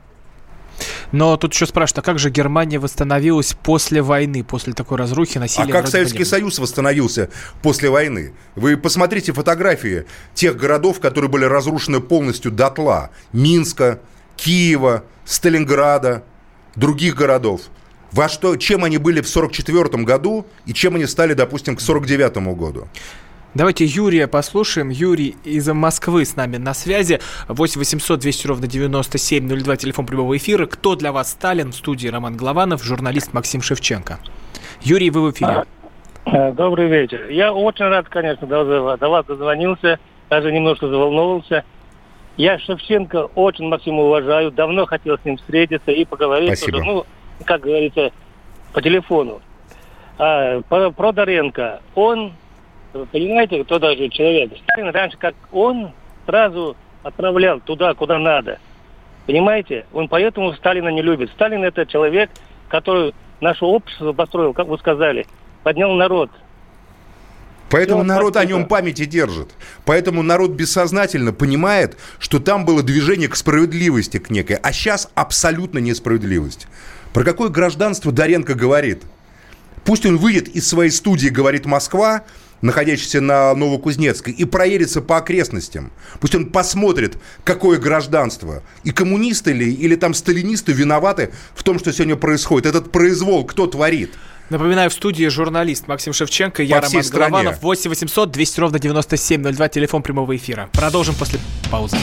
Но тут еще спрашивают, а как же Германия восстановилась после войны, после такой разрухи, насилия? А как Советский Союз восстановился после войны? Вы посмотрите фотографии тех городов, которые были разрушены полностью дотла. Минска, Киева, Сталинграда, других городов. Во что, чем они были в сорок четвёртом году и чем они стали, допустим, к сорок девятому году? Давайте Юрия послушаем. Юрий из Москвы с нами на связи. восемь восемьсот двести ровно девяносто семь ноль два, телефон прямого эфира. Кто для вас Сталин? В студии Роман Голованов, журналист Максим Шевченко. Юрий, вы в эфире. Добрый вечер. Я очень рад, конечно, до вас дозвонился, даже немножко заволновался. Я Шевченко очень, Максим, уважаю, давно хотел с ним встретиться и поговорить. Спасибо. Тоже, ну, как говорится, по телефону. А, про, про Доренко. Он, понимаете, кто даже человек, Сталин раньше, как он сразу отправлял туда, куда надо. Понимаете? Он поэтому Сталина не любит. Сталин — это человек, который наше общество построил, как вы сказали, поднял народ. Поэтому Все, народ спасибо. о нем память и держит. Поэтому народ бессознательно понимает, что там было движение к справедливости, к некой. А сейчас абсолютно несправедливость. Про какое гражданство Доренко говорит? Пусть он выйдет из своей студии, говорит Москва, находящийся на Новокузнецкой, и проедется по окрестностям. Пусть он посмотрит, какое гражданство. И коммунисты ли, или там сталинисты виноваты в том, что сегодня происходит. Этот произвол кто творит? Напоминаю, в студии журналист Максим Шевченко, я Роман Голованов. восемь восемьсот двести ровно девяносто семь ноль два, телефон прямого эфира. Продолжим после паузы.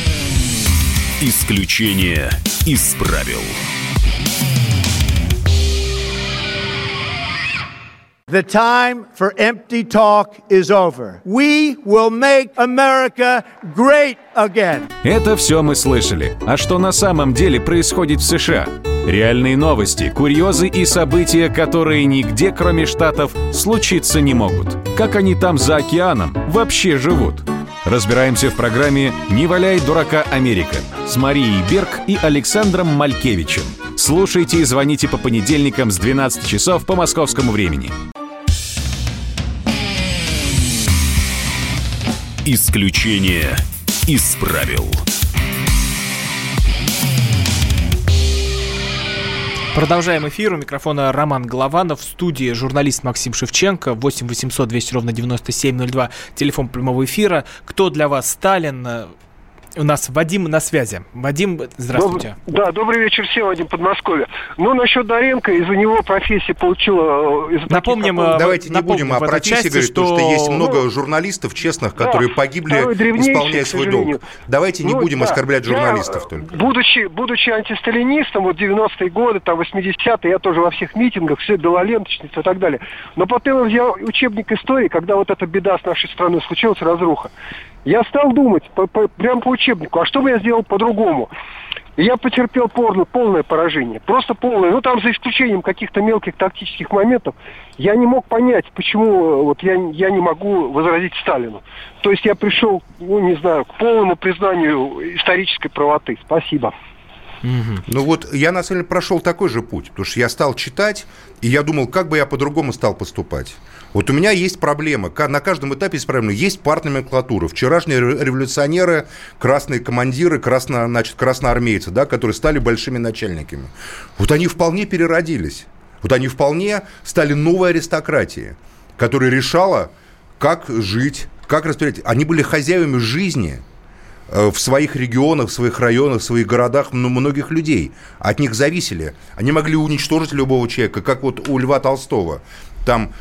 Исключение из правил. The time for empty talk is over. We will make America great again. Это все мы слышали. А что на самом деле происходит в США? Реальные новости, курьезы и события, которые нигде, кроме Штатов, случиться не могут. Как они там за океаном вообще живут? Разбираемся в программе «Не валяй дурака, Америка» с Марией Берг и Александром Малькевичем. Слушайте и звоните по понедельникам с двенадцати часов по московскому времени. Исключение из правил. Продолжаем эфир. У микрофона Роман Голованов. В студии журналист Максим Шевченко. восемь восемьсот двести ровно девяносто семь ноль два. Телефон прямого эфира. Кто для вас Сталин? У нас Вадим на связи. Вадим, здравствуйте. Доб... Да, добрый вечер всем, Вадим, Подмосковье. Ну, насчет Доренко, из-за него профессия получила... Из напомним, таких... Давайте не будем о профессии части, говорить, что... потому что есть много ну, журналистов честных, которые да, погибли, исполняя свой долг. Давайте не ну, будем да. оскорблять журналистов я, только. Будучи, будучи антисталинистом, вот девяностые годы, там восьмидесятые, я тоже во всех митингах, все белоленточницы и так далее. Но потом я взял учебник истории, когда вот эта беда с нашей страной случилась, разруха. Я стал думать, по, по, прямо по учебнику, а что бы я сделал по-другому? И я потерпел полное, полное поражение. Просто полное. Ну, там, за исключением каких-то мелких тактических моментов, я не мог понять, почему вот я, я не могу возразить Сталину. То есть я пришел, ну, не знаю, к полному признанию исторической правоты. Спасибо. Mm-hmm. Ну вот я, на самом деле, прошел такой же путь, потому что я стал читать, и я думал, как бы я по-другому стал поступать. Вот у меня есть проблема, на каждом этапе есть проблема. Есть партная номенклатура. Вчерашние революционеры, красные командиры, красно, значит, красноармейцы, да, которые стали большими начальниками. Вот они вполне переродились. Вот они вполне стали новой аристократией, которая решала, как жить, как распределять. Они были хозяевами жизни в своих регионах, в своих районах, в своих городах многих людей. От них зависели. Они могли уничтожить любого человека, как вот у Льва Толстого. Там...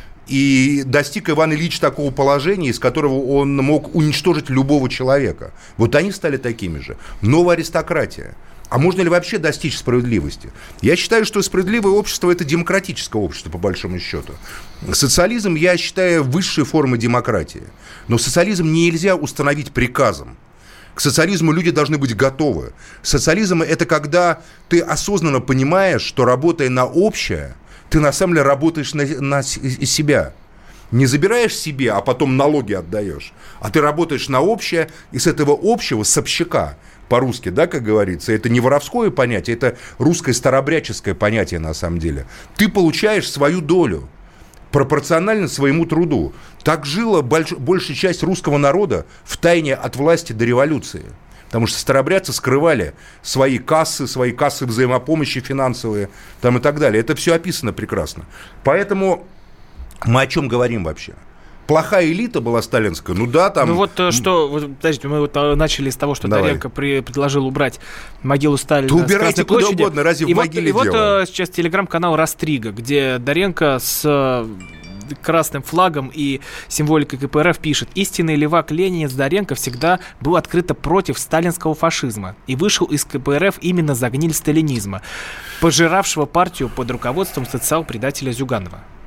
И достиг Иван Ильич такого положения, из которого он мог уничтожить любого человека. Вот они стали такими же. Новая аристократия. А можно ли вообще достичь справедливости? Я считаю, что справедливое общество – это демократическое общество, по большому счету. Социализм, я считаю, высшей формой демократии. Но социализм нельзя установить приказом. К социализму люди должны быть готовы. Социализм – это когда ты осознанно понимаешь, что, работая на общее, ты на самом деле работаешь на, на себя. Не забираешь себе, а потом налоги отдаешь. А ты работаешь на общее, и с этого общего, с общака, по-русски, да, как говорится, это не воровское понятие, это русское старообрядческое понятие на самом деле. Ты получаешь свою долю пропорционально своему труду. Так жила больш, большая часть русского народа втайне от власти до революции. Потому что старообрядцы скрывали свои кассы, свои кассы взаимопомощи финансовые там и так далее. Это все описано прекрасно. Поэтому мы о чем говорим вообще? Плохая элита была сталинская, ну да, там... Ну вот что, вот, подождите, мы вот начали с того, что Давай. Доренко при, предложил убрать могилу Сталина с Красной площади. Куда угодно, разве и в могиле вот, дело? И вот сейчас телеграм-канал «Растрига», где Доренко с... красным флагом и символикой ка пэ эр эф пишет: истинный левак Ленинец Доренко всегда был открыто против сталинского фашизма и вышел из ка пэ эр эф именно за гниль сталинизма, пожиравшего партию под руководством социал-предателя Зюганова.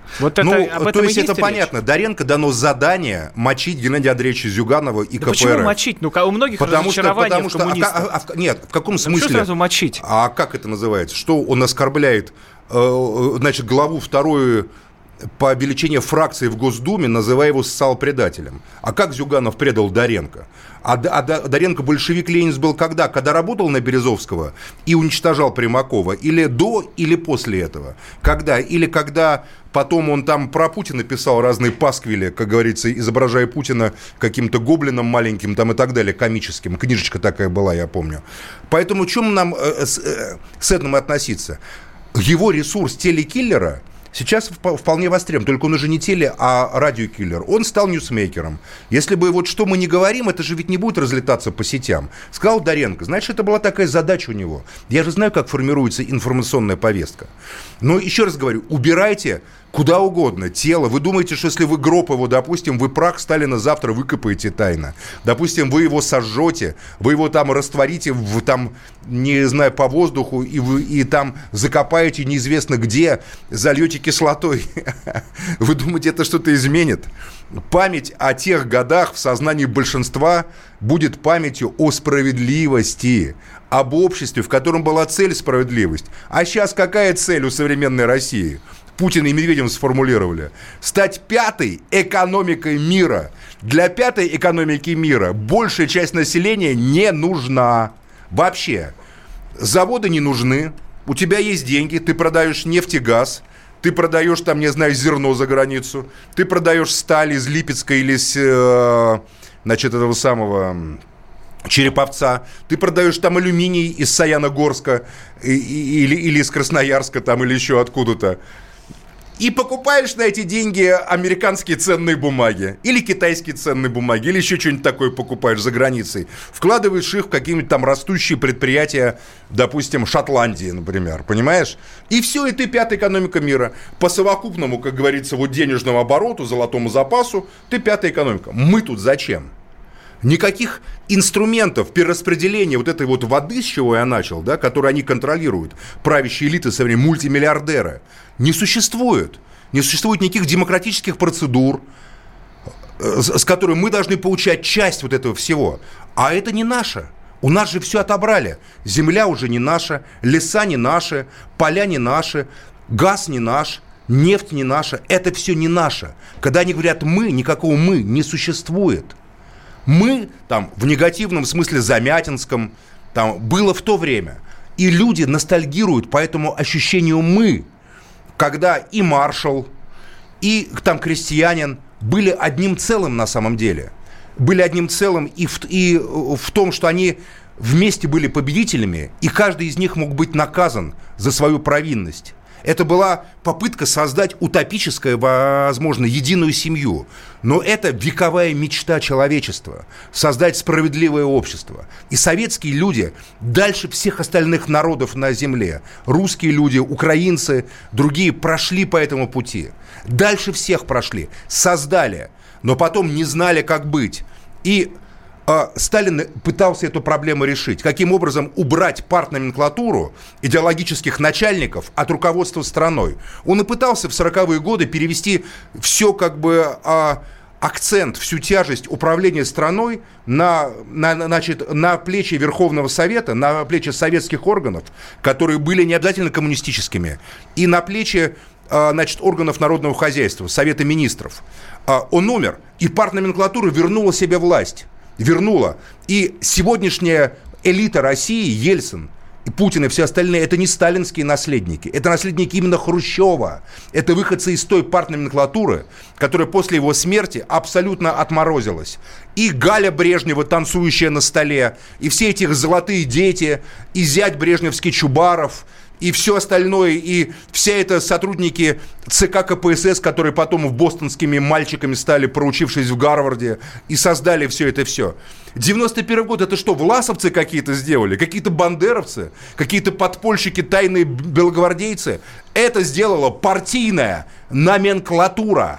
Вот это, ну, об этом то есть, есть это речь? понятно. Доренко дано задание мочить Геннадия Андреевича Зюганова и да КПРФ. Почему мочить? Ну, у многих потому разочарование что, потому в коммунистах. Что, а, а, нет, в каком ну, смысле? Что сразу мочить? А как это называется? Что он оскорбляет, э, значит, главу вторую по величине фракции в Госдуме, называя его социал-предателем. А как Зюганов предал Доренко? А, а Доренко большевик-ленинец был когда? Когда работал на Березовского и уничтожал Примакова? Или до, или после этого? Когда? Или когда потом он там про Путина писал разные пасквили, как говорится, изображая Путина каким-то гоблином маленьким там и так далее, комическим. Книжечка такая была, я помню. Поэтому к чему нам э, с, э, с этим относиться? Его ресурс телекиллера сейчас вполне востребован, только он уже не теле, а радиокиллер. Он стал ньюсмейкером. Если бы вот что мы не говорим, это же ведь не будет разлетаться по сетям. Сказал Доренко, значит, это была такая задача у него. Я же знаю, как формируется информационная повестка. Но еще раз говорю, убирайте куда угодно тело. Вы думаете, что если вы гроб его, допустим, вы прах Сталина завтра выкопаете тайно. Допустим, вы его сожжете, вы его там растворите, в, там, не знаю, по воздуху, и, вы, и там закопаете неизвестно где, зальете кислотой. Вы думаете, это что-то изменит? Память о тех годах в сознании большинства будет памятью о справедливости, об обществе, в котором была цель справедливость. А сейчас какая цель у современной России? Путин и Медведев сформулировали. Стать пятой экономикой мира. Для пятой экономики мира большая часть населения не нужна. Вообще. Заводы не нужны. У тебя есть деньги, ты продаешь нефть и газ. Ты продаешь там, не знаю, зерно за границу. Ты продаешь сталь из Липецка или из, э, значит, этого самого Череповца. Ты продаешь там алюминий из Саяногорска и, и, или, или из Красноярска там, или еще откуда-то. И покупаешь на эти деньги американские ценные бумаги, или китайские ценные бумаги, или еще что-нибудь такое покупаешь за границей. Вкладываешь их в какие-нибудь там растущие предприятия, допустим, Шотландии, например, понимаешь? И все, и ты пятая экономика мира. По совокупному, как говорится, вот денежному обороту, золотому запасу, ты пятая экономика. Мы тут зачем? Никаких инструментов перераспределения вот этой вот воды, с чего я начал, да, которую они контролируют, правящие элиты, современные мультимиллиардеры, не существует. Не существует никаких демократических процедур, с, с которыми мы должны получать часть вот этого всего. А это не наше. У нас же все отобрали. Земля уже не наша, леса не наши, поля не наши, газ не наш, нефть не наша. Это все не наше. Когда они говорят «мы», никакого «мы» не существует. Мы, там, в негативном смысле замятинском, там, было в то время. И люди ностальгируют по этому ощущению «мы», когда и маршал, и там крестьянин были одним целым на самом деле. Были одним целым и в, и в том, что они вместе были победителями, и каждый из них мог быть наказан за свою провинность. Это была попытка создать утопическую, возможно, единую семью. Но это вековая мечта человечества – создать справедливое общество. И советские люди дальше всех остальных народов на земле, русские люди, украинцы, другие прошли по этому пути. Дальше всех прошли, создали, но потом не знали, как быть. И Сталин пытался эту проблему решить. Каким образом убрать партноменклатуру идеологических начальников от руководства страной. Он и пытался в сороковые годы перевести все как бы акцент, всю тяжесть управления страной на, на, значит, на плечи Верховного Совета, на плечи советских органов, которые были не обязательно коммунистическими, и на плечи значит, органов народного хозяйства, Совета министров. Он умер, и партноменклатура вернула себе власть. Вернула. И сегодняшняя элита России, Ельцин, и Путин, и все остальные, это не сталинские наследники. Это наследники именно Хрущева. Это выходцы из той партноменклатуры, которая после его смерти абсолютно отморозилась. И Галя Брежнева, танцующая на столе, и все эти золотые дети, и зять брежневский Чубаров, и все остальное, и все это сотрудники ЦК КПСС, которые потом в бостонскими мальчиками стали, проучившись в Гарварде, и создали все это все. девяносто первый год, это что, власовцы какие-то сделали? Какие-то бандеровцы? Какие-то подпольщики, тайные белогвардейцы? Это сделала партийная номенклатура,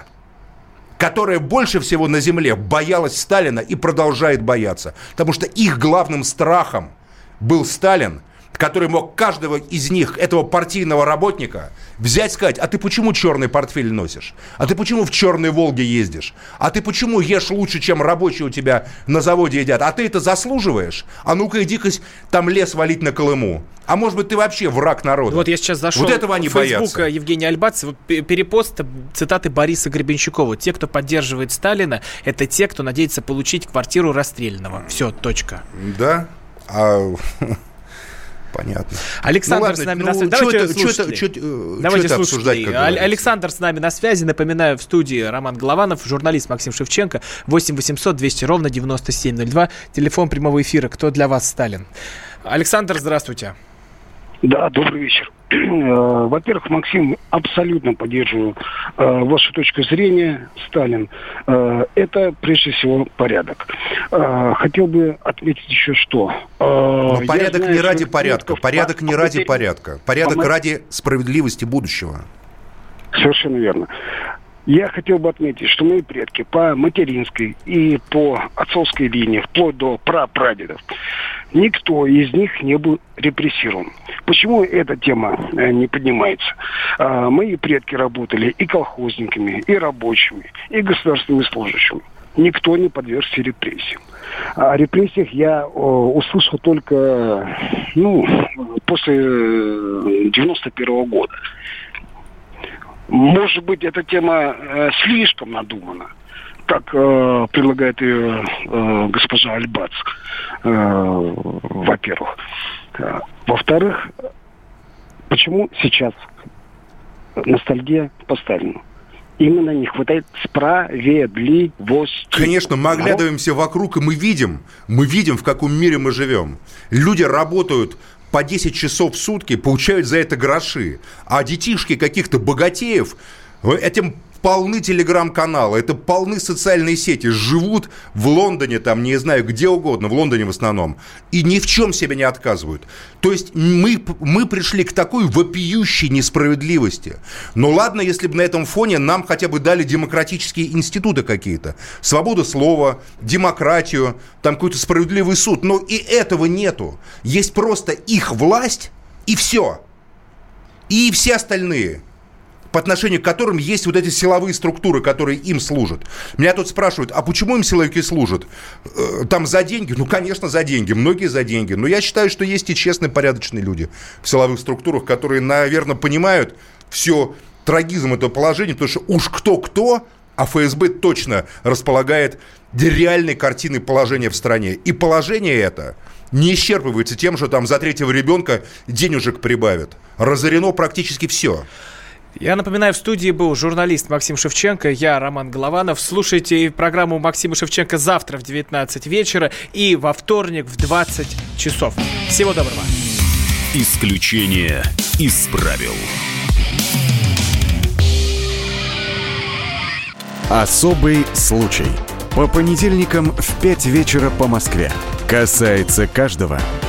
которая больше всего на земле боялась Сталина и продолжает бояться. Потому что их главным страхом был Сталин, который мог каждого из них, этого партийного работника, взять, сказать: а ты почему черный портфель носишь? А ты почему в черной «Волге» ездишь? А ты почему ешь лучше, чем рабочие у тебя на заводе едят? А ты это заслуживаешь? А ну-ка иди-ка там лес валить на Колыму. А может быть, ты вообще враг народа? Вот я сейчас зашел вот этого они в Facebook боятся. Евгения Альбацева, перепост цитаты Бориса Гребенщикова. Те, кто поддерживает Сталина, это те, кто надеется получить квартиру расстрелянного. Все, точка. Да? А... Понятно. Александр ну, с нами ну, на связи. Давайте это, слушатели. Чё это, Давайте чё слушатели. обсуждать, Александр с нами на связи. Напоминаю, в студии Роман Голованов, журналист Максим Шевченко. восемь восемьсот двести ровно девяносто семь ноль два. Телефон прямого эфира. Кто для вас Сталин? Александр, здравствуйте. Да, добрый вечер. Во-первых, Максим, абсолютно поддерживаю э, вашу точку зрения, Сталин. Э, это, прежде всего, порядок. Э, хотел бы отметить еще что. Э, Но порядок знаю, не ради что порядка. Порядок не ради по- порядка. Порядок по- ради справедливости будущего. Совершенно верно. Я хотел бы отметить, что мои предки по материнской и по отцовской линии, вплоть до прапрадедов, никто из них не был репрессирован. Почему эта тема э, не поднимается? А, мои предки работали и колхозниками, и рабочими, и государственными служащими. Никто не подвергся репрессиям. О репрессиях я о, услышал только ну, после девяносто первого года. Может быть, эта тема э, слишком надумана, как э, предлагает ее э, госпожа Альбац, э, во-первых. Э, во-вторых, почему сейчас ностальгия по Сталину? Именно не хватает справедливости. Конечно, мы оглядываемся вокруг, и мы видим, мы видим, в каком мире мы живем. Люди работают по десять часов в сутки, получают за это гроши. А детишки каких-то богатеев, этим полны телеграм-каналы, это полны социальные сети, живут в Лондоне, там, не знаю, где угодно, в Лондоне в основном, и ни в чем себе не отказывают. То есть мы, мы пришли к такой вопиющей несправедливости. Но ладно, если бы на этом фоне нам хотя бы дали демократические институты какие-то. Свободу слова, демократию, там какой-то справедливый суд. Но и этого нету. Есть просто их власть, и все. И все остальные, по отношению к которым есть вот эти силовые структуры, которые им служат. Меня тут спрашивают, а почему им силовики служат? Там за деньги? Ну, конечно, за деньги. Многие за деньги. Но я считаю, что есть и честные, порядочные люди в силовых структурах, которые, наверное, понимают все трагизм этого положения, потому что уж кто-кто, а эф эс бэ точно располагает реальной картиной положения в стране. И положение это не исчерпывается тем, что там за третьего ребенка денежек прибавят. Разорено практически все. Я напоминаю, в студии был журналист Максим Шевченко, я Роман Голованов. Слушайте программу Максима Шевченко завтра в девятнадцать вечера и во вторник в двадцать часов. Всего доброго. Исключение из правил. Особый случай. По понедельникам в пять вечера по Москве. Касается каждого.